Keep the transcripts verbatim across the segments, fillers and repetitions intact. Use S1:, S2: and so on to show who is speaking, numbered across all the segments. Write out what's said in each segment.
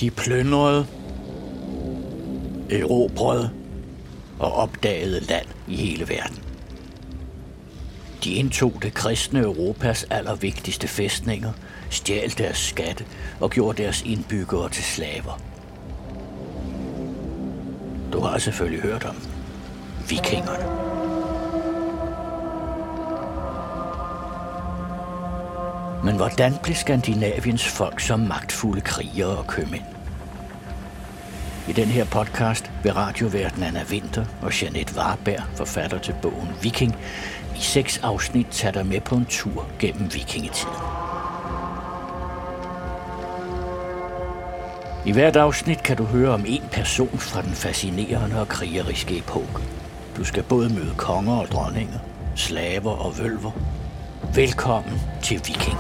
S1: De plyndrede, erobrede og opdagede land i hele verden. De indtog det kristne Europas allervigtigste fæstninger, stjal deres skatte og gjorde deres indbyggere til slaver. Du har selvfølgelig hørt om vikingerne. Men hvordan blev Skandinaviens folk som magtfulde krigere og købmænd? I den her podcast vil radioværten Anna Winther og Jeanette Warberg, forfatter til bogen Viking, i seks afsnit tager dig med på en tur gennem vikingetiden. I hvert afsnit kan du høre om en person fra den fascinerende og krigeriske epoke. Du skal både møde konger og dronninger, slaver og vølver. Velkommen til Viking.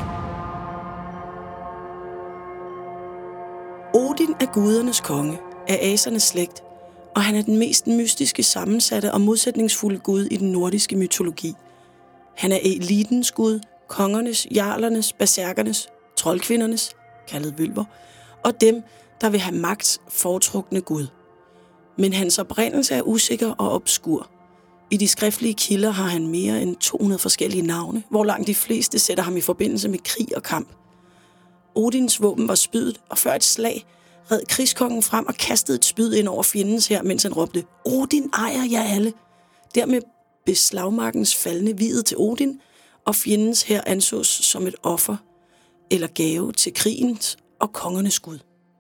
S2: Odin er gudernes konge, af asernes slægt, og han er den mest mystiske, sammensatte og modsætningsfulde gud i den nordiske mytologi. Han er elitens gud, kongernes, jarlernes, berserkernes, troldkvindernes, kaldet vølver, og dem, der vil have magts foretrukne gud. Men hans oprindelse er usikker og obskur. I de skriftlige kilder har han mere end to hundrede forskellige navne, hvor langt de fleste sætter ham i forbindelse med krig og kamp. Odins våben var spydet, og før et slag red krigskongen frem og kastede et spyd ind over fjendens hær, mens han råbte, Odin ejer jer alle. Dermed blev slagmarkens faldne viet til Odin, og fjendens hær ansås som et offer eller gave til krigens og kongernes gud.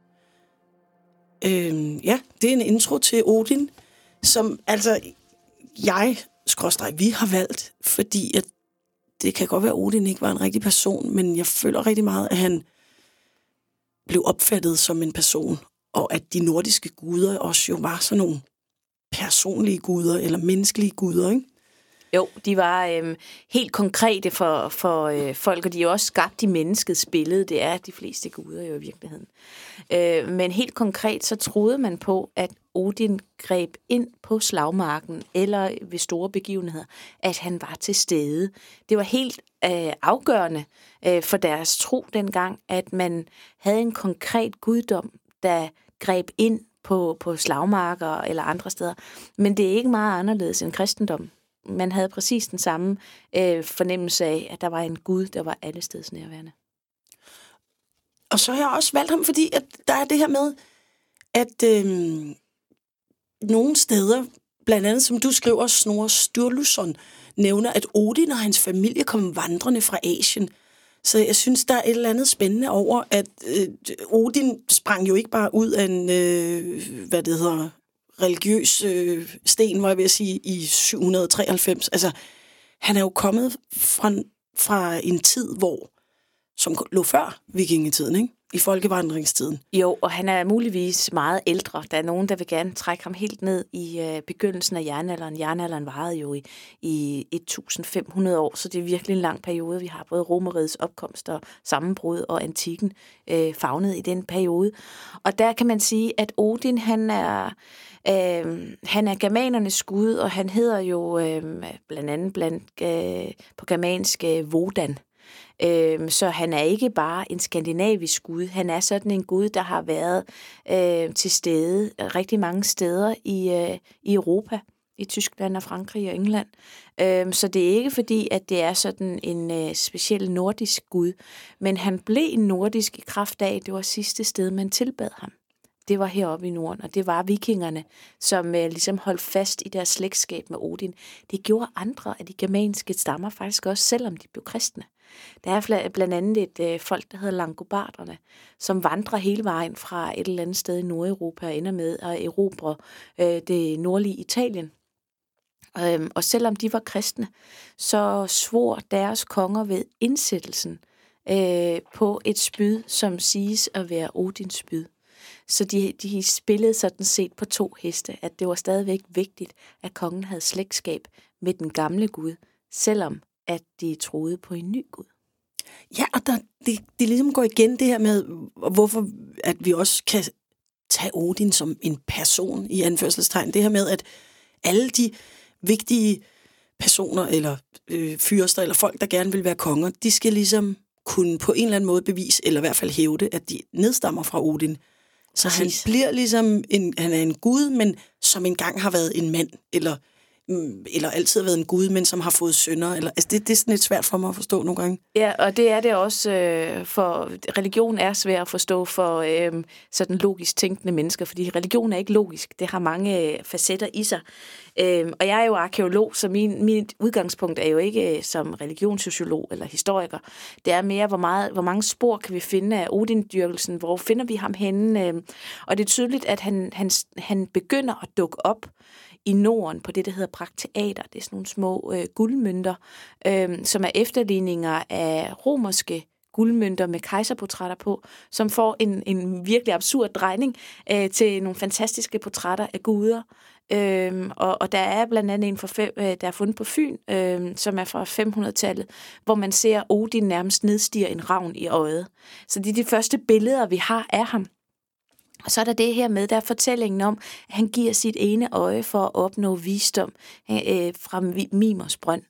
S2: Øhm, ja, det er en intro til Odin, som altså jeg, skråstreg, vi har valgt, fordi at det kan godt være, at Odin ikke var en rigtig person, men jeg føler rigtig meget, at han blev opfattet som en person, og at de nordiske guder også jo var sådan nogle personlige guder, eller menneskelige guder, ikke?
S3: Jo, de var øh, helt konkrete for, for øh, folk, og de er jo også skabt i menneskets billede. Det er de fleste guder jo i virkeligheden. Øh, men helt konkret, så troede man på, at Odin greb ind på slagmarken, eller ved store begivenheder, at han var til stede. Det var helt øh, afgørende øh, for deres tro dengang, at man havde en konkret guddom, der greb ind på, på slagmarker eller andre steder. Men det er ikke meget anderledes end kristendom. Man havde præcis den samme øh, fornemmelse af, at der var en Gud, der var allesteds nærværende.
S2: Og så har jeg også valgt ham, fordi at der er det her med, at øh, nogle steder, blandt andet som du skriver, Snorre Sturluson, nævner, at Odin og hans familie kom vandrende fra Asien. Så jeg synes, der er et eller andet spændende over, at øh, Odin sprang jo ikke bare ud af en, øh, hvad det hedder, religiøs øh, sten, var jeg ved at sige, i syv hundrede treoghalvfems. Altså, han er jo kommet fra, fra en tid, hvor, som lå før vikingetiden, ikke? I folkevandringstiden.
S3: Jo, og han er muligvis meget ældre. Der er nogen, der vil gerne trække ham helt ned i øh, begyndelsen af jernalderen. Jernalderen varede jo i, i et tusind fem hundrede år, så det er virkelig en lang periode. Vi har både Romerrigets opkomst og sammenbrud og antikken øh, favnet i den periode. Og der kan man sige, at Odin, han er... Øh, han er germanernes gud, og han hedder jo øh, blandt andet blandt, øh, på germansk øh, Wodan. Øh, så han er ikke bare en skandinavisk gud. Han er sådan en gud, der har været øh, til stede rigtig mange steder i, øh, i Europa, i Tyskland og Frankrig og England. Øh, så det er ikke fordi, at det er sådan en øh, speciel nordisk gud, men han blev en nordisk i kraft af, det var sidste sted, man tilbad ham. Det var heroppe i Norden, og det var vikingerne, som øh, ligesom holdt fast i deres slægtskab med Odin. Det gjorde andre af de germanske stammer faktisk også, selvom de blev kristne. Der er blandt andet et øh, folk, der hedder langobarderne, som vandrer hele vejen fra et eller andet sted i Nordeuropa og ender med at erobre øh, det nordlige Italien. Øhm, og selvom de var kristne, så svor deres konger ved indsættelsen øh, på et spyd, som siges at være Odins spyd. Så de, de spillede sådan set på to heste, at det var stadigvæk vigtigt, at kongen havde slægtskab med den gamle gud, selvom at de troede på en ny gud.
S2: Ja, og der, det, det ligesom går igen det her med, hvorfor at vi også kan tage Odin som en person i anførselstegn. Det her med, at alle de vigtige personer, eller øh, fyrster, eller folk, der gerne vil være konger, de skal ligesom kunne på en eller anden måde bevise, eller i hvert fald hævde, at de nedstammer fra Odin. Så
S3: Præcis.
S2: han bliver ligesom, en, han er en gud, men som engang har været en mand, eller, eller altid har været en gud, men som har fået sønner. Eller, altså det, det er sådan lidt svært for mig at forstå nogle gange.
S3: Ja, og det er det også, øh, for religion er svært at forstå for øh, sådan logisk tænkende mennesker, fordi religion er ikke logisk. Det har mange øh, facetter i sig. Øh, og jeg er jo arkeolog, så min, mit udgangspunkt er jo ikke øh, som religionssociolog eller historiker. Det er mere, hvor, meget, hvor mange spor kan vi finde af Odin-dyrkelsen, hvor finder vi ham henne. Øh, og det er tydeligt, at han, han, han begynder at dukke op i Norden på det, der hedder brakteater. Det er sådan nogle små øh, guldmønter, øh, som er efterligninger af romerske guldmønter med kejserportrætter på, som får en, en virkelig absurd drejning øh, til nogle fantastiske portrætter af guder. Øh, og, og der er blandt andet en, for fem, øh, der er fundet på Fyn, øh, som er fra fem hundrede-tallet, hvor man ser Odin nærmest nedstiger en ravn i øjet. Så det er de første billeder, vi har af ham. Og så er der det her med, der er fortællingen om, at han giver sit ene øje for at opnå visdom øh, fra Mimers brønd.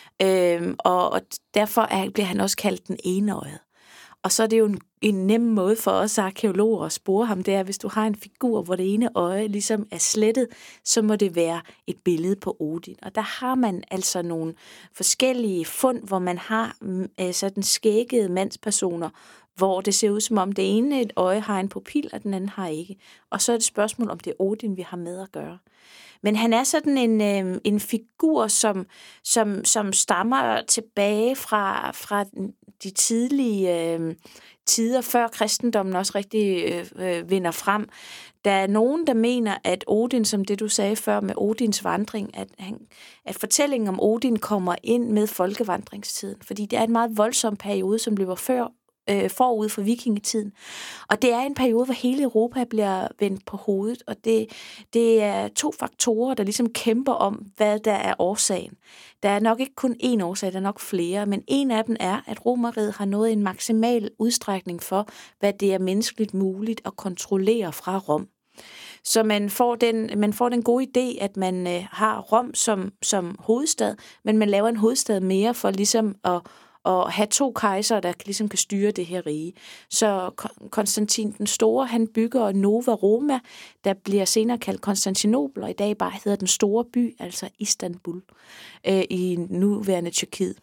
S3: Øh, og, og derfor er, bliver han også kaldt den enøjede. Og så er det jo en, en nem måde for os arkeologer at spore ham, det er, hvis du har en figur, hvor det ene øje ligesom er slettet, så må det være et billede på Odin. Og der har man altså nogle forskellige fund, hvor man har øh, sådan skæggede mandspersoner, hvor det ser ud som om det ene et øje har en pupil, og den anden har ikke. Og så er det et spørgsmål, om det er Odin, vi har med at gøre. Men han er sådan en, øh, en figur, som, som, som stammer tilbage fra, fra de tidlige øh, tider, før kristendommen også rigtig øh, vinder frem. Der er nogen, der mener, at Odin, som det du sagde før med Odins vandring, at, han, at fortællingen om Odin kommer ind med folkevandringstiden, fordi det er en meget voldsom periode, som løber før øh, forud for vikingetiden. Og det er en periode, hvor hele Europa bliver vendt på hovedet, og det, det er to faktorer, der ligesom kæmper om, hvad der er årsagen. Der er nok ikke kun én årsag, der er nok flere, men en af dem er, at Romerriget har nået en maksimal udstrækning for, hvad det er menneskeligt muligt at kontrollere fra Rom. Så man får den, man får den gode idé, at man øh, har Rom som, som hovedstad, men man laver en hovedstad mere for ligesom at, at have to kejsere, der ligesom kan styre det her rige. Så Konstantin den Store, han bygger Nova Roma, der bliver senere kaldt Konstantinopel, og i dag bare hedder den store by, altså Istanbul, øh, i nuværende Tyrkiet.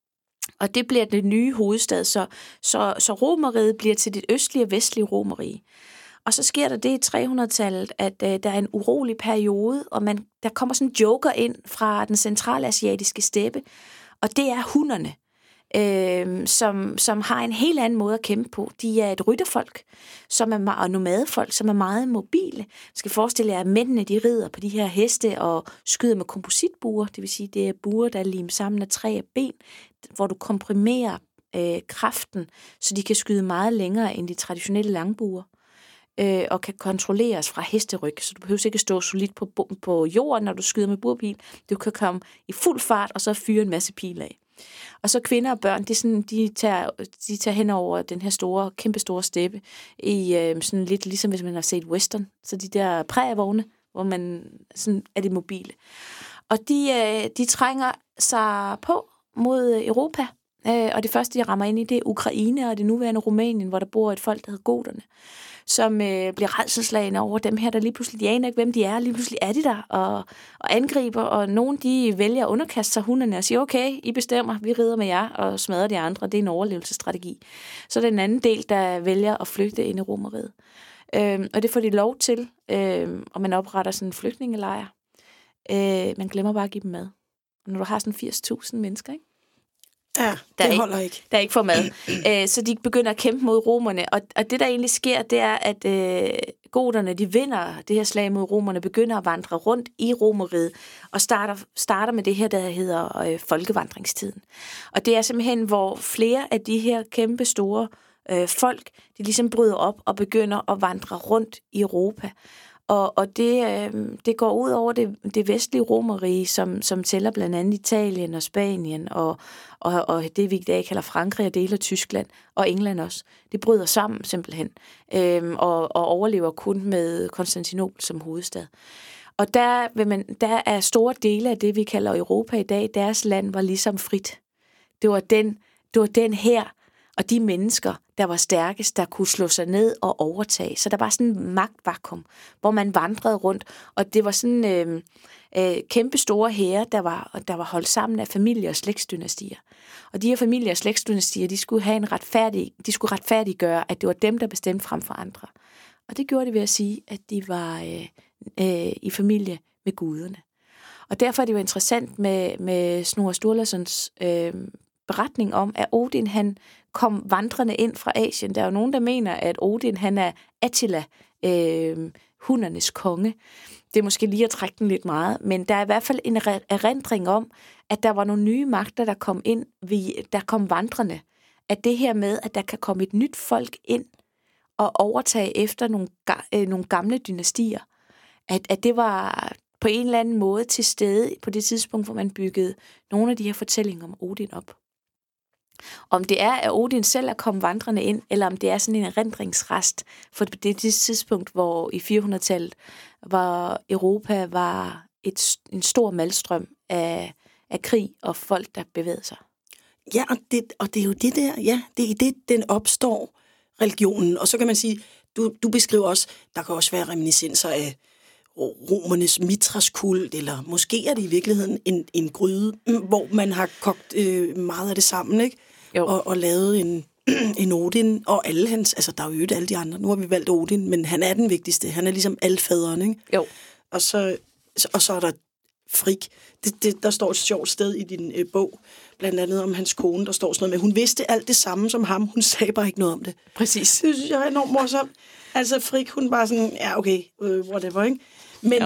S3: Og det bliver den nye hovedstad, så, så, så Romerriget bliver til det østlige og vestlige Romerrige. Og så sker der det i tre hundrede-tallet, at øh, der er en urolig periode, og man, der kommer sådan en joker ind fra den centralasiatiske steppe, og det er hunnerne, øh, som, som har en helt anden måde at kæmpe på. De er et rytterfolk, som er, og nomadefolk, som er meget mobile. Man skal forestille jer, at mændene de rider på de her heste og skyder med kompositbuer, det vil sige, det er buer, der er limet sammen af træ og ben, hvor du komprimerer øh, kraften, så de kan skyde meget længere end de traditionelle langbuer, øh, og kan kontrolleres fra hesteryg, så du behøver ikke stå solidt på, på jorden, når du skyder med burpil. Du kan komme i fuld fart, og så fyre en masse pil af. Og så kvinder og børn, de, sådan, de, tager, de tager hen over den her store, kæmpe store steppe, i øh, sådan lidt ligesom hvis man har set western, så de der prærievogne, hvor man sådan er det mobile. Og de, øh, de trænger sig på mod Europa, øh, og det første, de rammer ind i, det er Ukraine og det nuværende Rumænien, hvor der bor et folk, der hedder goterne, som øh, bliver rædselsslagne over dem her, der lige pludselig, de aner ikke, hvem de er, lige pludselig er de der og, og angriber, og nogen, de vælger at underkaste sig hunderne og siger, okay, I bestemmer, vi rider med jer og smadrer de andre, det er en overlevelsesstrategi. Så er der en anden del, der vælger at flygte ind i Romerriget. Øh, og det får de lov til, øh, og man opretter sådan en flygtningelejr. Øh, man glemmer bare at give dem mad. Og når du har sådan firs tusind mennesker, ikke?
S2: Ja,
S3: der
S2: det holder
S3: ikke.
S2: ikke.
S3: Der ikke får mad. Æ, så de begynder at kæmpe mod romerne. Og, og det, der egentlig sker, det er, at øh, goterne, de vinder det her slag mod romerne, begynder at vandre rundt i Romerriget, og starter, starter med det her, der hedder øh, folkevandringstiden. Og det er simpelthen, hvor flere af de her kæmpe store øh, folk, de ligesom bryder op og begynder at vandre rundt i Europa. Og, og det, øh, det går ud over det, det vestlige Romerrige, som, som tæller blandt andet Italien og Spanien, og, og, og det vi i dag kalder Frankrig og dele af Tyskland, og England også. Det bryder sammen simpelthen, øh, og, og overlever kun med Konstantinopel som hovedstad. Og der, vil man, der er store dele af det, vi kalder Europa i dag, deres land var ligesom frit. Det var den, det var den her, og de mennesker, der var stærkest, der kunne slå sig ned og overtage. Så der var sådan en magtvakuum, hvor man vandrede rundt, og det var sådan øh, øh, kæmpe store hære, der var, der var holdt sammen af familie- og slægtsdynastier. Og de her familie- og slægtsdynastier, de skulle have en retfærdig, de skulle retfærdiggøre, at det var dem, der bestemte frem for andre. Og det gjorde de ved at sige, at de var øh, øh, i familie med guderne. Og derfor er det jo interessant med, med Snorre Sturlasons øh, beretning om, at Odin han kom vandrende ind fra Asien. Der er jo nogen, der mener, at Odin han er Attila, øh, hundernes konge. Det er måske lige at trække den lidt meget, men der er i hvert fald en erindring om, at der var nogle nye magter, der kom ind, der kom vandrende. At det her med, at der kan komme et nyt folk ind og overtage efter nogle, øh, nogle gamle dynastier, at, at det var på en eller anden måde til stede på det tidspunkt, hvor man byggede nogle af de her fortællinger om Odin op. Om det er, at Odin selv er kommet vandrende ind, eller om det er sådan en erindringsrest, for det er det tidspunkt, hvor i fire hundrede-tallet, hvor Europa var et, en stor malstrøm af, af krig og folk, der bevægede sig.
S2: Ja, og det, og det er jo det der, ja, det er det, den opstår, religionen. Og så kan man sige, du, du beskriver også, der kan også være reminiscenser af romernes Mitras-kult, eller måske er det i virkeligheden en, en gryde, hvor man har kogt øh, meget af det sammen, ikke? Og, og lavet en, en Odin, og alle hans, altså der er jo alle de andre, nu har vi valgt Odin, men han er den vigtigste, han er ligesom alfaderen, ikke?
S3: Jo.
S2: Og så, og så er der Frigg. Det, det, der står et sjovt sted i din øh, bog, blandt andet om hans kone, der står sådan noget med, hun vidste alt det samme som ham, hun sagde bare ikke noget om det.
S3: Præcis.
S2: Det synes jeg er enormt morsomt. Altså Frigg, hun bare sådan, ja okay, uh, whatever, ikke? Men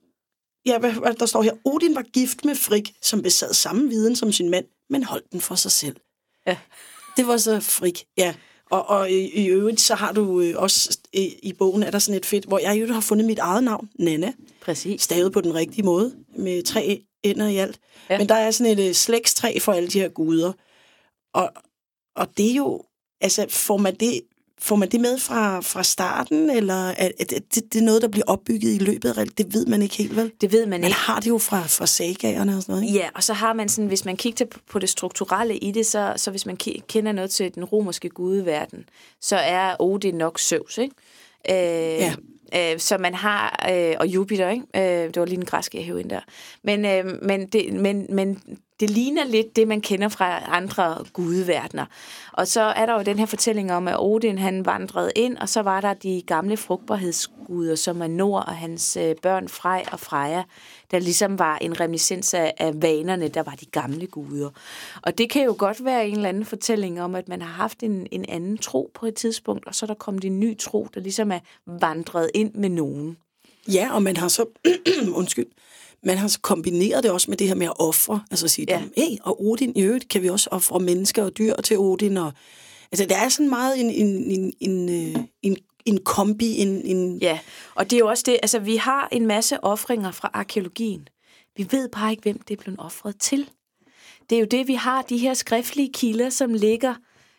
S2: ja, ja hvad, der står her, Odin var gift med Frigg, som besad samme viden som sin mand, men holdt den for sig selv.
S3: Ja.
S2: Det var så Frigg, ja. Og, og i, i øvrigt, så har du øh, også i, i bogen, er der sådan et fedt, hvor jeg jo har fundet mit eget navn, Nanna.
S3: Præcis.
S2: Stavet på den rigtige måde, med tre ender i alt. Ja. Men der er sådan et øh, slægtstræ for alle de her guder. Og, og det er jo, altså får man det, får man det med fra, fra starten, eller er, er det, det er noget, der bliver opbygget i løbet af, det ved man ikke helt, vel?
S3: Det ved man ikke.
S2: Man har det jo fra, fra sagaerne og sådan noget, ikke?
S3: Ja, og så har man sådan, hvis man kigger på det strukturelle i det, så, så hvis man kender noget til den romerske gudeverden, så er Odin nok Zeus, ikke? Øh, ja. Øh, så man har, øh, og Jupiter, ikke? Øh, det var lige en græsk, jeg hævde ind der. Men, øh, men, det, men, men det ligner lidt det, man kender fra andre gudeverdener. Og så er der jo den her fortælling om, at Odin han vandrede ind, og så var der de gamle frugtbarhedsguder, som er Nord og hans øh, børn Frej og Freja, der ligesom var en reminiscens af, af vanerne, der var de gamle guder. Og det kan jo godt være en eller anden fortælling om, at man har haft en, en anden tro på et tidspunkt, og så er der kommet en ny tro, der ligesom er vandret ind med nogen.
S2: Ja, og man har så, undskyld, man har kombineret det også med det her med at ofre, altså at sige, ja. Hey, og Odin i øvrigt kan vi også ofre mennesker og dyr til Odin, og altså der er sådan meget en, en, en, en, en, en kombi, en, en...
S3: Ja, og det er jo også det, altså vi har en masse ofringer fra arkæologien. Vi ved bare ikke, hvem det er blevet ofret til. Det er jo det, vi har, de her skriftlige kilder, som ligger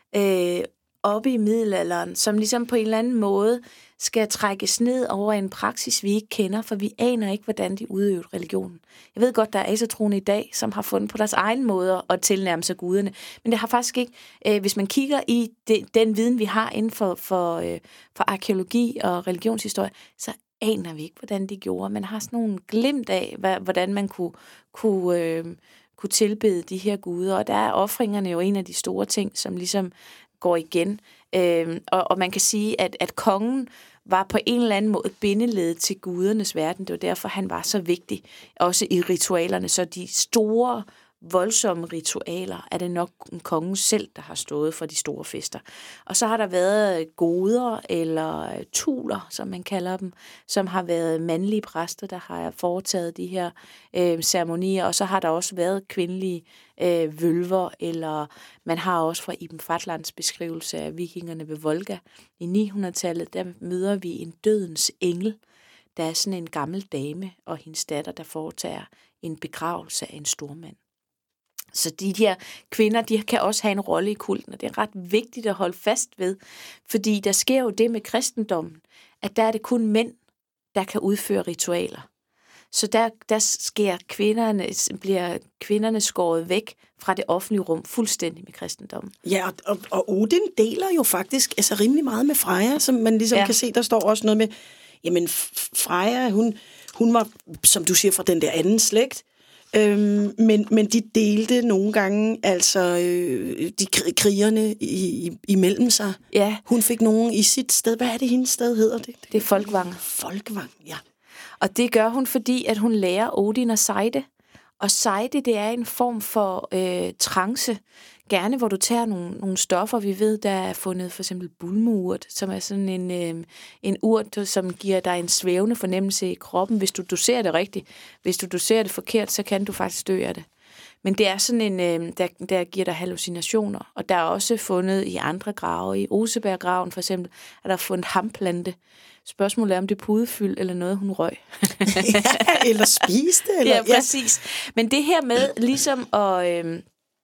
S3: øh, oppe i middelalderen, som ligesom på en eller anden måde skal trækkes ned over en praksis, vi ikke kender, for vi aner ikke, hvordan de udøvede religionen. Jeg ved godt, der er asatroende i dag, som har fundet på deres egen måder at tilnærme sig guderne, men det har faktisk ikke, øh, hvis man kigger i det, den viden, vi har inden for, for, øh, for arkæologi og religionshistorie, så aner vi ikke, hvordan de gjorde. Man har sådan nogle glimt af, hvad, hvordan man kunne, kunne, øh, kunne tilbede de her guder, og der er ofringerne jo en af de store ting, som ligesom går igen. Øh, og, og man kan sige, at, at kongen var på en eller anden måde bindeled til gudernes verden. Det var derfor, han var så vigtig, også i ritualerne. Så de store, voldsomme ritualer er det nok kongen selv, der har stået for de store fester. Og så har der været goder, eller tuler, som man kalder dem, som har været mandlige præster, der har foretaget de her øh, ceremonier. Og så har der også været kvindelige øh, vølver, eller man har også fra Ibn Fatlands beskrivelse af vikingerne ved Volga. I ni hundrede-tallet, der møder vi en dødens engel. Der er sådan en gammel dame og hendes datter, der foretager en begravelse af en stormand. Så de her kvinder, de kan også have en rolle i kulten, og det er ret vigtigt at holde fast ved, fordi der sker jo det med kristendommen, at der er det kun mænd, der kan udføre ritualer. Så der, der sker kvinderne, bliver kvinderne skåret væk fra det offentlige rum fuldstændig med kristendommen.
S2: Ja, og, og Odin deler jo faktisk altså rimelig meget med Freja, som man ligesom ja. kan se, der står også noget med, jamen Freja, hun, hun var, som du siger, fra den der anden slægt, øhm, men, men de delte nogle gange altså øh, de krigerne i, i, imellem sig.
S3: Ja.
S2: Hun fik nogen i sit sted. Hvad er det, hendes sted hedder? Det,
S3: det er Folkvang.
S2: Folkvang, ja.
S3: Og det gør hun, fordi at hun lærer Odin at sejde. Og sejde, det er en form for øh, trance. Gerne, hvor du tager nogle, nogle stoffer. Vi ved, der er fundet for eksempel bulmeurt, som er sådan en, øh, en urt, som giver dig en svævende fornemmelse i kroppen, hvis du doserer det rigtigt. Hvis du doserer det forkert, så kan du faktisk dø af det. Men det er sådan en, øh, der, der giver dig hallucinationer. Og der er også fundet i andre grave, i Oseberggraven for eksempel, at der er fundet hamplante. Spørgsmålet er, om det er pudefyld eller noget, hun røg.
S2: Ja, eller spiste. Eller,
S3: ja, præcis. Ja. Men det her med ligesom at, øh,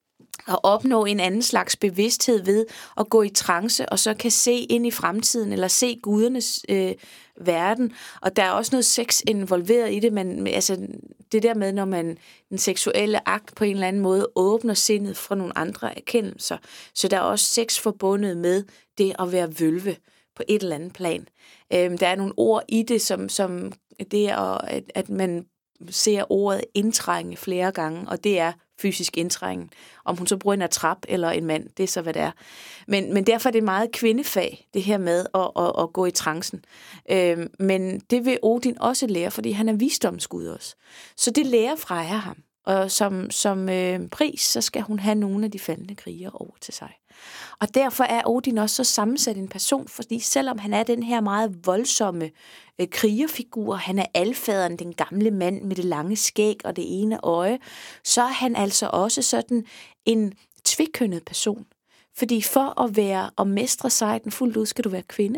S3: at opnå en anden slags bevidsthed ved at gå i trance, og så kan se ind i fremtiden, eller se gudernes øh, verden. Og der er også noget sex involveret i det, men altså det der med, når man den seksuelle akt på en eller anden måde åbner sindet for nogle andre erkendelser. Så der er også sex forbundet med det at være vølve på et eller andet plan. Øhm, der er nogle ord i det, som, som det er, at, at man ser ordet indtrænge flere gange, og det er fysisk indtrængen. Om hun så bruger en atrap eller en mand, det er så, hvad det er. Men, men derfor er det meget kvindefag, det her med at, at, at gå i trancen. Øhm, men det vil Odin også lære, fordi han er visdomsgud også. Så det lærer Freja ham. Og som, som øh, pris, så skal hun have nogle af de faldne krigere over til sig. Og derfor er Odin også så sammensat en person, fordi selvom han er den her meget voldsomme øh, krigerfigur, han er alfaderen, den gamle mand med det lange skæg og det ene øje, så er han altså også sådan en tvikønnet person. Fordi for at være og mestre sejden fuldt ud, skal du være kvinde.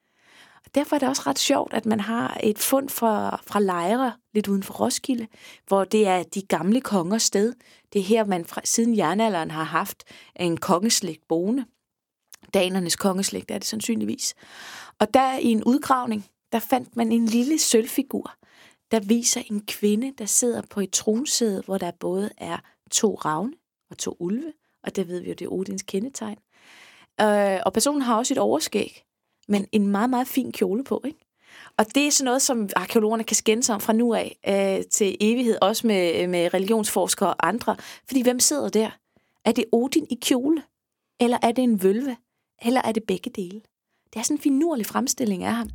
S3: Og derfor er det også ret sjovt, at man har et fund fra, fra Lejre, lidt uden for Roskilde, hvor det er de gamle kongers sted. Det er her, man fra, siden jernalderen har haft en kongeslægt boende. Danernes kongeslægt er det sandsynligvis. Og der i en udgravning, der fandt man en lille sølvfigur, der viser en kvinde, der sidder på et tronsæde, hvor der både er to ravne og to ulve, og der ved vi jo, det er Odins kendetegn. Øh, og personen har også et overskæg, men en meget, meget fin kjole på, ikke? Og det er sådan noget, som arkæologerne kan skændes om fra nu af øh, til evighed, også med, med religionsforskere og andre. Fordi hvem sidder der? Er det Odin i kjole? Eller er det en vølve? Eller er det begge dele? Det er sådan en finurlig fremstilling af ham.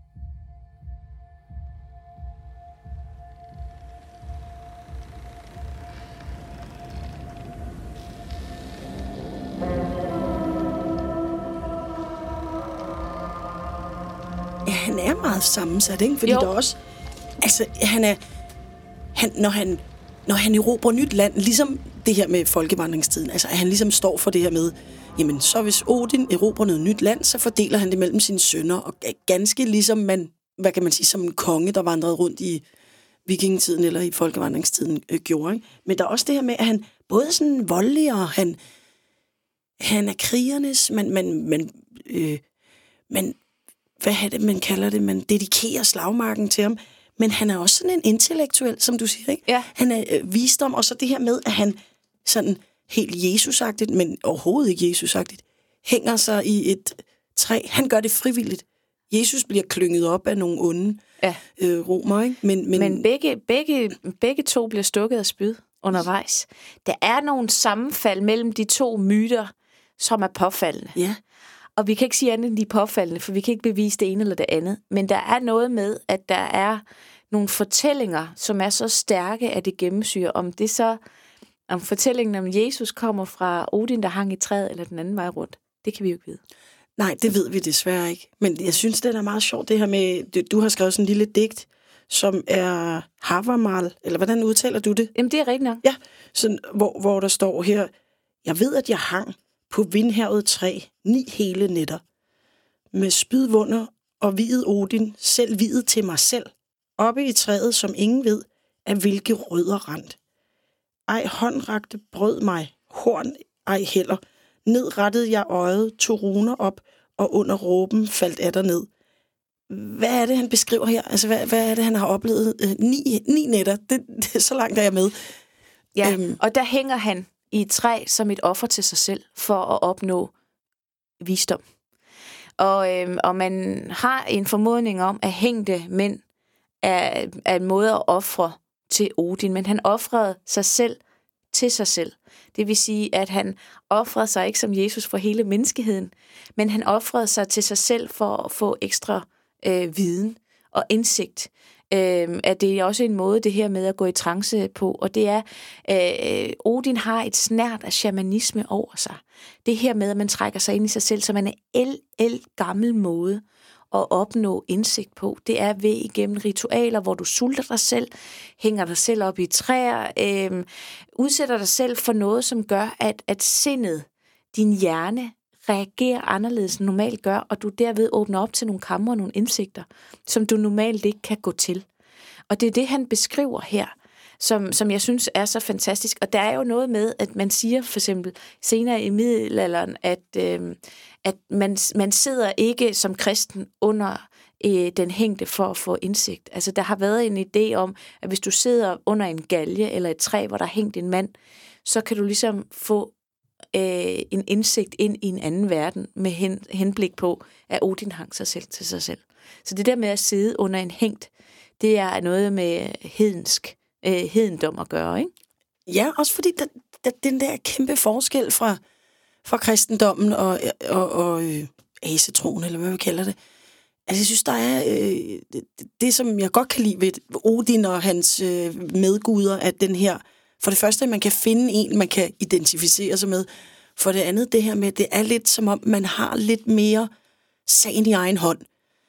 S2: Ja, han er meget sammensat, ikke? Fordi jo. Der også... Altså, han er... Han, når han... Når han erobrer nyt land, ligesom det her med folkevandringstiden, altså at han ligesom står for det her med, jamen så hvis Odin erobrer noget nyt land, så fordeler han det mellem sine sønner, og ganske ligesom man, hvad kan man sige, som en konge, der vandrede rundt i vikingetiden eller i folkevandringstiden øh, gjorde, ikke? Men der er også det her med, at han både sådan voldelig, og han, han er krigernes, man, man, man, øh, man, hvad er det, man kalder det, man dedikerer slagmarken til ham. Men han er også sådan en intellektuel, som du siger, ikke?
S3: Ja.
S2: Han er øh, visdom, og så det her med, at han sådan helt Jesusagtigt, men overhovedet ikke Jesusagtigt, hænger sig i et træ. Han gør det frivilligt. Jesus bliver klynget op af nogle onde
S3: ja.
S2: øh, romer, ikke? Men, men,
S3: men begge, begge, begge to bliver stukket af spyd undervejs. Der er nogle sammenfald mellem de to myter, som er påfaldende.
S2: Ja.
S3: Og vi kan ikke sige andet end de er påfaldende, for vi kan ikke bevise det ene eller det andet. Men der er noget med, at der er nogle fortællinger, som er så stærke, at det gennemsyrer. Om det så, om fortællingen om Jesus kommer fra Odin, der hang i træet, eller den anden vej rundt, det kan vi jo ikke vide.
S2: Nej, det ved vi desværre ikke. Men jeg synes, det er meget sjovt, det her med, du har skrevet sådan en lille digt, som er Havamal, eller hvordan udtaler du det?
S3: Jamen, det er rigtigt nok.
S2: Ja, sådan, hvor, hvor der står her, jeg ved, at jeg hang på vindhærget træ ni hele nætter, med spydvunder og videt Odin, selv videt til mig selv, oppe i træet, som ingen ved, af hvilke rødder rent. Ej håndrakte brød mig, horn ej heller, ned rettede jeg øjet, tog runer op, og under råben faldt atter ned. hvad er det, han beskriver her? Altså, hvad, hvad er det, han har oplevet? Øh, ni, ni nætter, det, det, så langt er jeg med.
S3: Ja, øhm. og der hænger han i et træ som et offer til sig selv, for at opnå visdom. Og, øhm, og man har en formodning om, at hængte mænd er, er en måde at ofre til Odin, men han ofrede sig selv til sig selv. Det vil sige, at han ofrede sig ikke som Jesus for hele menneskeheden, men han ofrede sig til sig selv for at få ekstra øh, viden og indsigt. Øh, at det er også en måde, det her med at gå i trance på, og det er, øh, Odin har et snært af shamanisme over sig. Det her med, at man trækker sig ind i sig selv, som en el, el gammel måde at opnå indsigt på. Det er ved igennem ritualer, hvor du sulter dig selv, hænger dig selv op i træer, øh, udsætter dig selv for noget, som gør, at, at sindet, din hjerne, reagerer anderledes end normalt gør, og du derved åbner op til nogle kamre og nogle indsigter, som du normalt ikke kan gå til. Og det er det, han beskriver her, som, som jeg synes er så fantastisk. Og der er jo noget med, at man siger for eksempel senere i middelalderen, at, øh, at man, man sidder ikke som kristen under øh, den hængte for at få indsigt. Altså der har været en idé om, at hvis du sidder under en galge eller et træ, hvor der er hængt en mand, så kan du ligesom få øh, en indsigt ind i en anden verden med hen, henblik på, at Odin hang sig selv til sig selv. Så det der med at sidde under en hængt, det er noget med hedensk øh, hedendom at gøre, ikke?
S2: Ja, også fordi der, der, den der kæmpe forskel fra, fra kristendommen og, og, og øh, asetroen, eller hvad vi kalder det. Altså, jeg synes, der er øh, det, det, som jeg godt kan lide ved Odin og hans øh, medguder, at den her, for det første, at man kan finde en, man kan identificere sig med. For det andet, det her med, det er lidt som om, man har lidt mere sagen i egen hånd.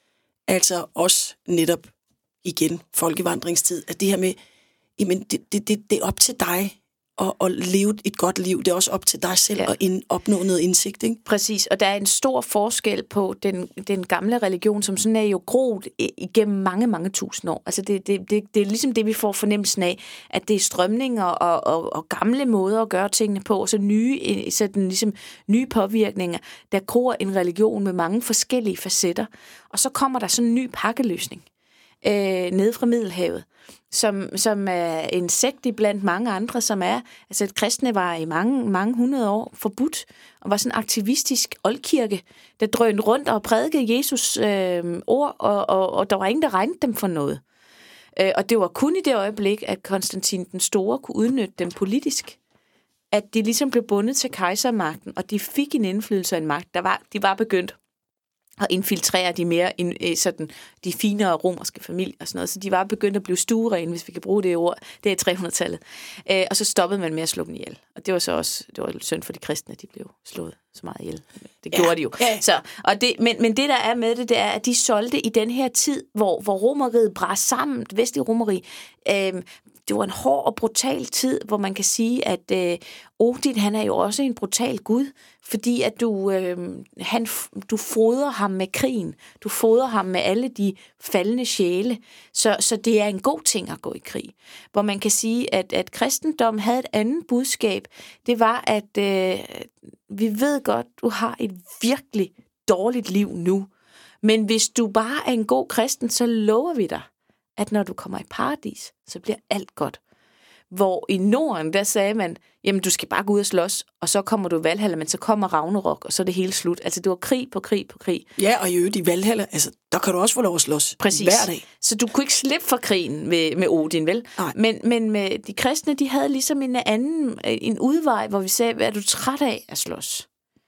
S2: Altså også netop igen folkevandringstid, at det her med, jamen, det, det, det, det er op til dig at, at leve et godt liv. Det er også op til dig selv ja. At ind, opnå noget indsigt, ikke?
S3: Præcis, og der er en stor forskel på den, den gamle religion, som sådan er jo groet igennem mange, mange tusind år. Altså det, det, det, det er ligesom det, vi får fornemmelsen af, at det er strømninger og, og, og gamle måder at gøre tingene på, og så nye, sådan ligesom nye påvirkninger, der gror en religion med mange forskellige facetter. Og så kommer der sådan en ny pakkeløsning øh, nede fra Middelhavet, som, som er en sekt blandt mange andre, som er, altså et kristne var i mange, mange hundrede år forbudt, og var sådan en aktivistisk oldkirke, der drønede rundt og prædikede Jesus øh, ord, og, og, og der var ingen, der regnede dem for noget. Øh, og det var kun i det øjeblik, at Konstantin den Store kunne udnytte dem politisk, at de ligesom blev bundet til kejsermagten, og de fik en indflydelse og en magt. Der var, de var begyndt og infiltrere de mere sådan de finere romerske familier og sådan noget. Så de var begyndt at blive stuerene, hvis vi kan bruge det ord. Det er i tre hundrede-tallet. Øh, og så stoppede man med at slå dem ihjel. Og det var så også det var synd for de kristne, de blev slået så meget ihjel. Det gjorde ja. de jo. Ja. Så, og det, men, men det, der er med det, det er, at de solgte i den her tid, hvor, hvor Romeriet brast sammen, det vestlige Romeri. Øh, det var en hård og brutal tid, hvor man kan sige, at øh, Odin, han er jo også en brutal gud, fordi at du, øh, han, du fodrer ham med krigen, du fodrer ham med alle de faldende sjæle, så, så det er en god ting at gå i krig. Hvor man kan sige, at, at kristendom havde et andet budskab, det var, at øh, vi ved godt, du har et virkelig dårligt liv nu, men hvis du bare er en god kristen, så lover vi dig, at når du kommer i paradis, så bliver alt godt. Hvor i Norden, der sagde man, jamen du skal bare gå ud og slås, og så kommer du i Valhalla, men så kommer Ragnarok, og så er det hele slut. Altså det var krig på krig på krig.
S2: Ja, og i øvrigt i Valhalla, altså der kan du også få lov at slås.
S3: Præcis.
S2: Hver dag.
S3: Så du kunne ikke slippe for krigen med, med Odin, vel?
S2: Nej.
S3: Men, men med de kristne, de havde ligesom en anden, en udvej, hvor vi sagde, hvad er du træt af at slås?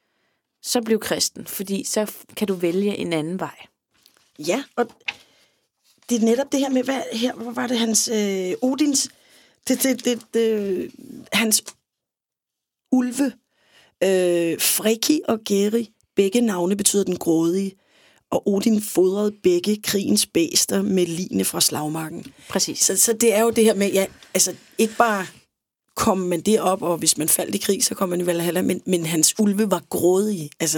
S3: Så blev kristen, fordi så kan du vælge en anden vej.
S2: Ja, og det er netop det her med, hvad, her, hvor var det hans, øh, Odins, det, det, det, det, hans ulve, øh, Freki og Geri, begge navne betyder den grådige, og Odin fodrede begge krigens bæster med ligene fra slagmarken.
S3: Præcis.
S2: Så, så det er jo det her med, ja, altså ikke bare kom man derop, og hvis man faldt i krig, så kom man i Valhalla, men, men hans ulve var grådige, altså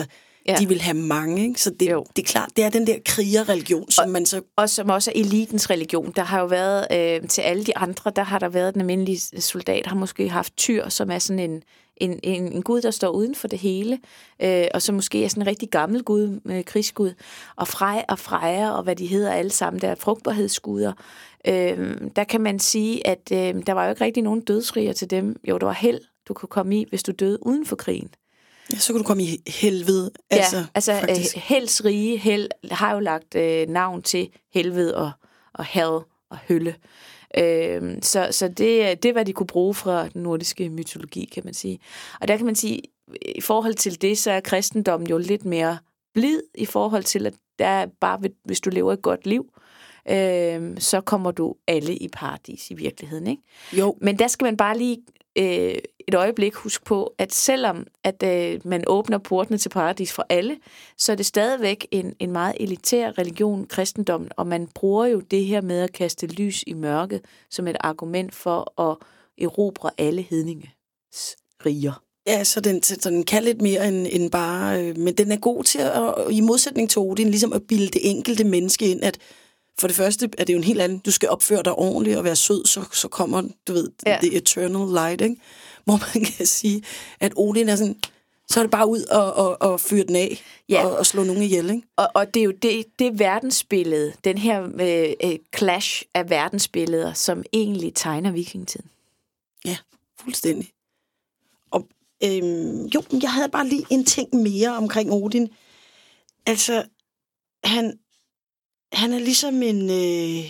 S2: Ja. De vil have mange, ikke? Så det, det er klart, det er den der krigerreligion, som
S3: og,
S2: man så...
S3: Og som også er elitens religion. Der har jo været, øh, til alle de andre, der har der været den almindelige soldat, har måske haft Tyr, som er sådan en, en, en, en gud, der står uden for det hele, øh, og som måske er sådan en rigtig gammel gud, øh, krigsgud. Og Frej og Freja, og hvad de hedder alle sammen, der er frugtbarhedsguder. Øh, der kan man sige, at øh, der var jo ikke rigtig nogen dødsriger til dem. Jo, der var held, du kunne komme i, hvis du døde uden for krigen.
S2: Ja, så kunne du komme i helvede. Altså,
S3: ja, altså faktisk. Hells rige, held, har jo lagt øh, navn til helvede og, og hell og hølle. Øh, så så det, det er, hvad de kunne bruge fra den nordiske mytologi, kan man sige. Og der kan man sige, i forhold til det, så er kristendommen jo lidt mere blid i forhold til, at der er bare, hvis du lever et godt liv, øh, så kommer du alle i paradis i virkeligheden, ikke?
S2: Jo.
S3: Men der skal man bare lige øh, et øjeblik huske på, at selvom at øh, man åbner portene til paradis for alle, så er det stadigvæk en, en meget elitær religion, kristendommen, og man bruger jo det her med at kaste lys i mørket som et argument for at erobre alle hedninges riger.
S2: Ja, så den, så den kan lidt mere end, end bare... Øh, men den er god til, at, i modsætning til Odin, ligesom at bilde det enkelte menneske ind, at for det første er det jo en helt anden... Du skal opføre dig ordentligt og være sød, så, så kommer, du ved, ja. The eternal light, ikke? Hvor man kan sige, at Odin er sådan... Så er det bare ud og, og, og fyre den af, ja. og, og slå nogen ihjel, ikke?
S3: Og, og det er jo det, det verdensbillede, den her øh, clash af verdensbilleder, som egentlig tegner vikingetiden.
S2: Ja, fuldstændig. Og øhm, jo, jeg havde bare lige en ting mere omkring Odin. Altså, han, han er ligesom en... Øh,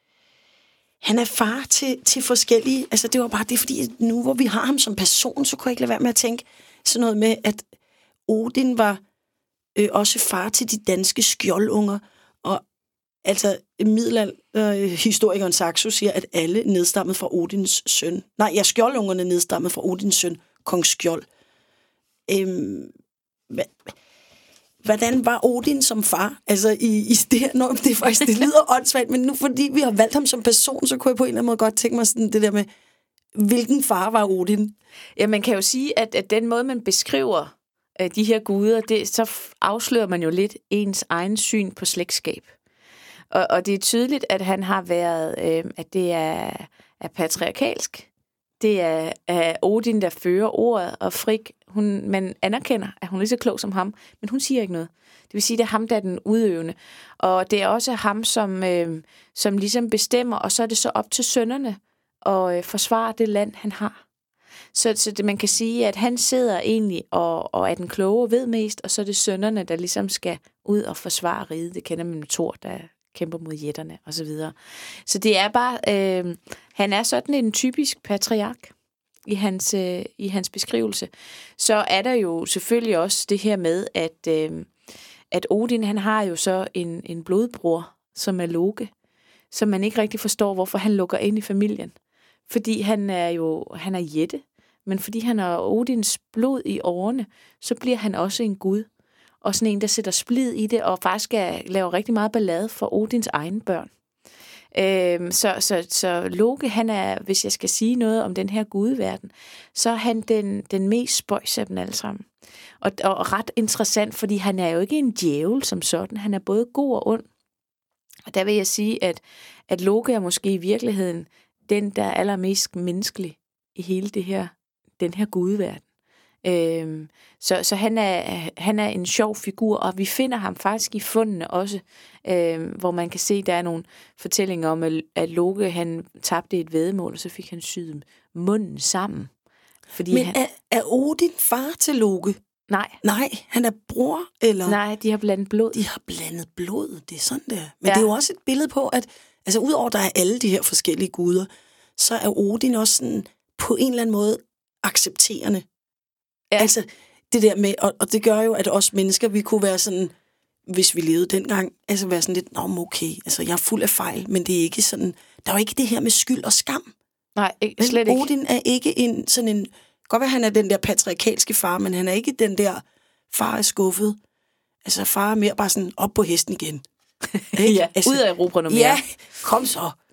S2: han er far til, til forskellige... Altså, det var bare det, fordi nu hvor vi har ham som person, så kunne jeg ikke lade være med at tænke sådan noget med, at Odin var øh, også far til de danske skjoldunger. Og altså, middelalderhistorikeren Saxo siger, at alle nedstammede fra Odins søn. Nej, ja, skjoldungerne nedstammede fra Odins søn, kong Skjold. Øhm, hvad, hvordan var Odin som far? Altså, i, i det her, når det, faktisk, det lyder åndssvagt, men nu fordi vi har valgt ham som person, så kunne jeg på en eller anden måde godt tænke mig sådan det der med, hvilken far var Odin?
S3: Ja, man kan jo sige, at, at den måde, man beskriver øh, de her guder, det, så afslører man jo lidt ens egen syn på slægtskab. Og, og det er tydeligt, at han har været, øh, at det er, er patriarkalsk. Det er, er Odin, der fører ordet, og Frigg, hun, man anerkender, at hun er lige så klog som ham, men hun siger ikke noget. Det vil sige, det er ham, der er den udøvende. Og det er også ham, som, øh, som ligesom bestemmer, og så er det så op til sønnerne at øh, forsvare det land, han har. Så, så det, man kan sige, at han sidder egentlig og, og er den kloge og ved mest, og så er det sønnerne, der ligesom skal ud og forsvare riget. Det kender man med Thor, der kæmper mod jætterne og så videre. Så det er bare, øh, han er sådan en typisk patriark i hans, øh, i hans beskrivelse. Så er der jo selvfølgelig også det her med, at, øh, at Odin, han har jo så en, en blodbror, som er Loke, som man ikke rigtig forstår, hvorfor han lukker ind i familien. Fordi han er jo, han er jætte, men fordi han har Odins blod i årene, så bliver han også en gud. Og sådan en, der sætter splid i det, og faktisk er, laver rigtig meget ballade for Odins egne børn. Øhm, så, så, så Loke, han er, hvis jeg skal sige noget om den her gudeverden, så er han den, den mest spøjs af dem alle sammen. Og, og ret interessant, fordi han er jo ikke en djævel som sådan. Han er både god og ond. Og der vil jeg sige, at, at Loke er måske i virkeligheden den, der er allermest menneskelig i hele det her, den her gudeverden. Øhm, så så han, er, han er en sjov figur, og vi finder ham faktisk i fundene også, øhm, hvor man kan se, at der er nogle fortællinger om, at, at Loke han tabte et væddemål, og så fik han syet munden sammen. Fordi
S2: Men
S3: han...
S2: er, er Odin far til Loke?
S3: Nej.
S2: Nej, han er bror, eller?
S3: Nej, de har blandet blod.
S2: De har blandet blod, det er sådan der. Men ja. Det er jo også et billede på, at altså udover der er alle de her forskellige guder, så er Odin også sådan, på en eller anden måde accepterende. Ja. Altså det der med, og, og det gør jo, at os mennesker, vi kunne være sådan, hvis vi levede dengang, altså være sådan lidt, nå okay, altså jeg er fuld af fejl, men det er ikke sådan, der er jo ikke det her med skyld og skam.
S3: Nej, ikke, slet ikke.
S2: Odin er ikke en sådan en, godt være han er den der patriarkalske far, men han er ikke den der, far er skuffet. Altså far er mere bare sådan, op på hesten igen.
S3: ja, altså, ud af Europa noget mere.
S2: Ja, kom så.
S3: Ja.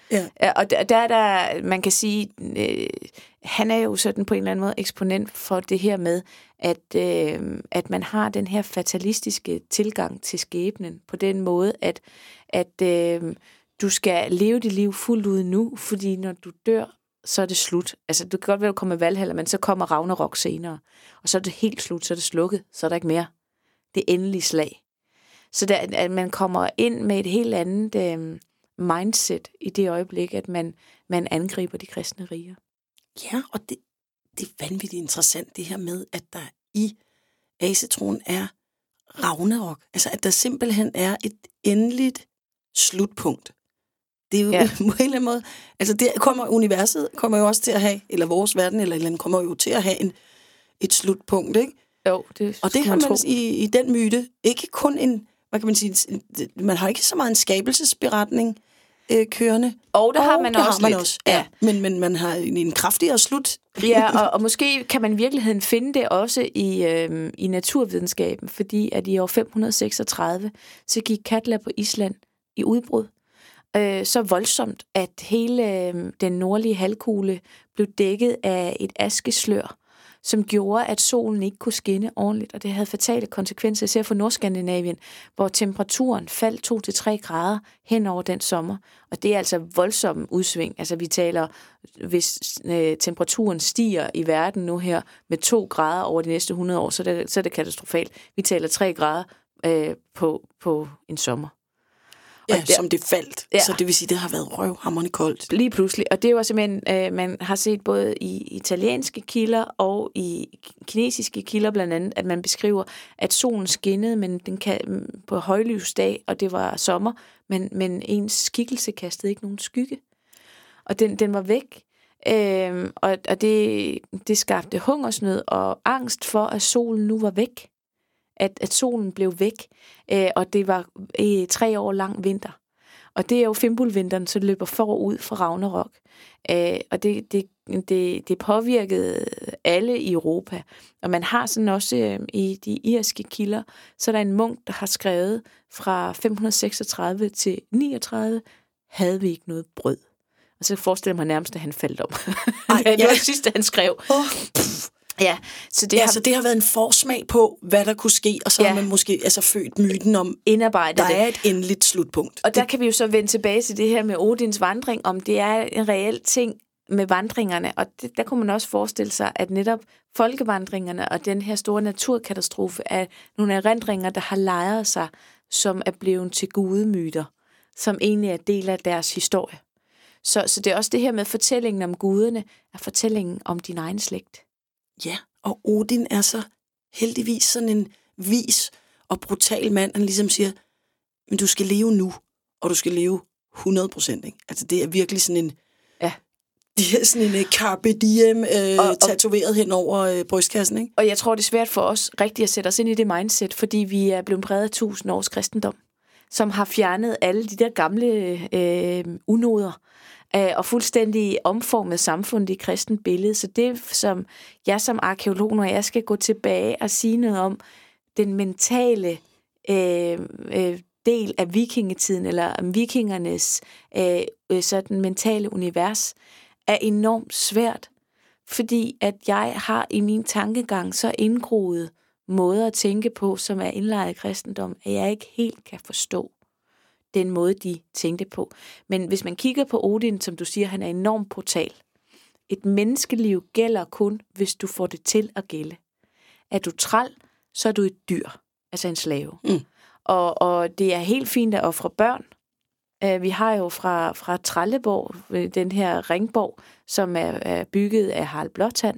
S2: Ja.
S3: Og der, der, der man kan sige, øh, han er jo sådan på en eller anden måde eksponent for det her med, at, øh, at man har den her fatalistiske tilgang til skæbnen, på den måde, at, at øh, du skal leve dit liv fuldt ud nu, fordi når du dør, så er det slut. Altså, du kan godt være, at du kommer i Valhalla, men så kommer Ragnarok senere. Og så er det helt slut, så er det slukket, så er der ikke mere. Det endelige slag. Så der, at man kommer ind med et helt andet øh, mindset i det øjeblik, at man, man angriber de kristne riger.
S2: Ja, og det, det er vanvittigt interessant, det her med, at der i asetroen er Ragnarok. Altså, at der simpelthen er et endeligt slutpunkt. Det er jo ja. på en eller anden måde, altså det kommer universet kommer jo også til at have, eller vores verden, eller et eller andet, kommer jo til at have en, et slutpunkt, ikke?
S3: Jo, det
S2: og det har man i, i den myte ikke kun en, hvad kan man sige, man har ikke så meget en skabelsesberetning øh, kørende.
S3: Og der og har man
S2: der
S3: også
S2: har man
S3: lidt.
S2: også, ja. ja. Men, men man har en, en kraftigere slut.
S3: Ja, og, og måske kan man i virkeligheden finde det også i, øh, i naturvidenskaben, fordi at i år fem hundrede seksogtredive, så gik Katla på Island i udbrud. Øh, så voldsomt, at hele øh, den nordlige halvkugle blev dækket af et askeslør, som gjorde, at solen ikke kunne skinne ordentligt, og det havde fatale konsekvenser, især for Nordskandinavien, hvor temperaturen faldt to til tre grader hen over den sommer. Og det er altså voldsomt udsving. Altså vi taler, hvis øh, temperaturen stiger i verden nu her med to grader over de næste hundrede år, så er det, så er det katastrofalt. Vi taler tre grader øh, på, på en sommer.
S2: Ja, der, som det faldt.
S3: Ja.
S2: Så det vil sige, det har været røvhamrende koldt.
S3: Lige pludselig. Og det var simpelthen, øh, man har set både i italienske kilder og i kinesiske kilder blandt andet, at man beskriver, at solen skinnede men den kan, på højlysdag, og det var sommer, men, men ens skikkelse kastede ikke nogen skygge. Og den, den var væk. Øh, og og det, det skabte hungersnød og angst for, at solen nu var væk. At, at solen blev væk, øh, og det var øh, tre år lang vinter. Og det er jo Fimbulvinteren, så løber forud for Ragnarok. Øh, og det, det, det, det påvirkede alle i Europa. Og man har sådan også øh, i de irske kilder, så er der en munk, der har skrevet fra fem hundrede seksogtredive til niogtredive, havde vi ikke noget brød. Og så forestiller man nærmest, at han faldt om. Ej, det var ja. det sidste, han skrev. Oh. Ja, så det,
S2: ja,
S3: har...
S2: så det har været en forsmag på, hvad der kunne ske, og så ja. har man måske altså født myten om,
S3: indarbejdet
S2: der
S3: det.
S2: er et endeligt slutpunkt.
S3: Og der kan vi jo så vende tilbage til det her med Odins vandring, om det er en reel ting med vandringerne. Og det, der kunne man også forestille sig, at netop folkevandringerne og den her store naturkatastrofe er nogle erindringer, der har lejret sig, som er blevet til gudemyter, som egentlig er del af deres historie. Så, så det er også det her med fortællingen om guderne, er fortællingen om din egen slægt.
S2: Ja, og Odin er så heldigvis sådan en vis og brutal mand, han ligesom siger, men du skal leve nu, og du skal leve hundrede procent, ikke? Altså det er virkelig sådan en,
S3: ja.
S2: det er sådan en carpe diem øh, og, og, tatoveret hen over øh, brystkassen, ikke?
S3: Og jeg tror, det er svært for os rigtigt at sætte os ind i det mindset, fordi vi er blevet præget af tusind års kristendom, som har fjernet alle de der gamle øh, unoder, og fuldstændig omformet samfundet i kristent billede. Så det, som jeg som arkeolog, når jeg skal gå tilbage og sige noget om den mentale øh, øh, del af vikingetiden, eller om vikingernes øh, sådan mentale univers, er enormt svært, fordi at jeg har i min tankegang så indgroet måder at tænke på, som er indlejret i kristendom, at jeg ikke helt kan forstå den måde, de tænkte på. Men hvis man kigger på Odin, som du siger, han er enormt brutal. Et menneskeliv gælder kun, hvis du får det til at gælde. Er du træl, så er du et dyr, altså en slave. Mm. Og, og det er helt fint at ofre børn. Uh, vi har jo fra, fra Trelleborg, den her ringborg, som er, er bygget af Harald Blåtand.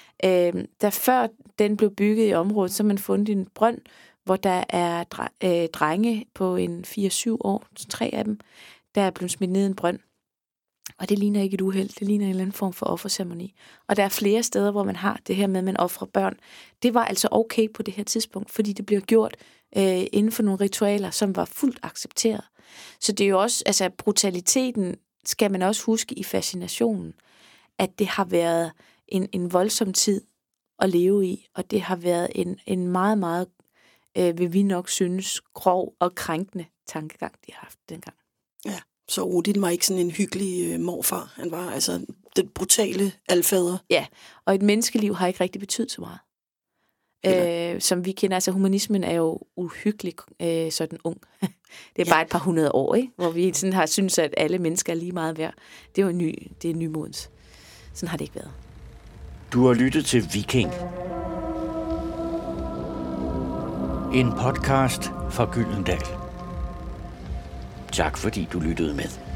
S3: Uh, da før den blev bygget i området, så man fundet en brønd, hvor der er dre- øh, drenge på en fire syv år, tre af dem, der er blevet smidt ned i en brønd. Og det ligner ikke et uheld, det ligner en eller anden form for offerceremoni. Og der er flere steder, hvor man har det her med, at man offrer børn. Det var altså okay på det her tidspunkt, fordi det bliver gjort øh, inden for nogle ritualer, som var fuldt accepteret. Så det er jo også, altså brutaliteten skal man også huske i fascinationen, at det har været en, en voldsom tid at leve i, og det har været en, en meget, meget øh, vil vi nok synes, grov og krænkende tankegang, de har haft dengang.
S2: Ja, Så Odin var ikke sådan en hyggelig øh, morfar. Han var altså den brutale alfader.
S3: Ja, og et menneskeliv har ikke rigtig betydet så meget. Øh, som vi kender, altså humanismen er jo uhyggelig øh, sådan ung. Det er ja. bare et par hundrede år, ikke? Hvor vi sådan har synes at alle mennesker er lige meget værd. Det er jo ny, det er nymodens. Sådan har det ikke været.
S1: Du har lyttet til Viking. En podcast fra Gyldendal. Tak fordi du lyttede med.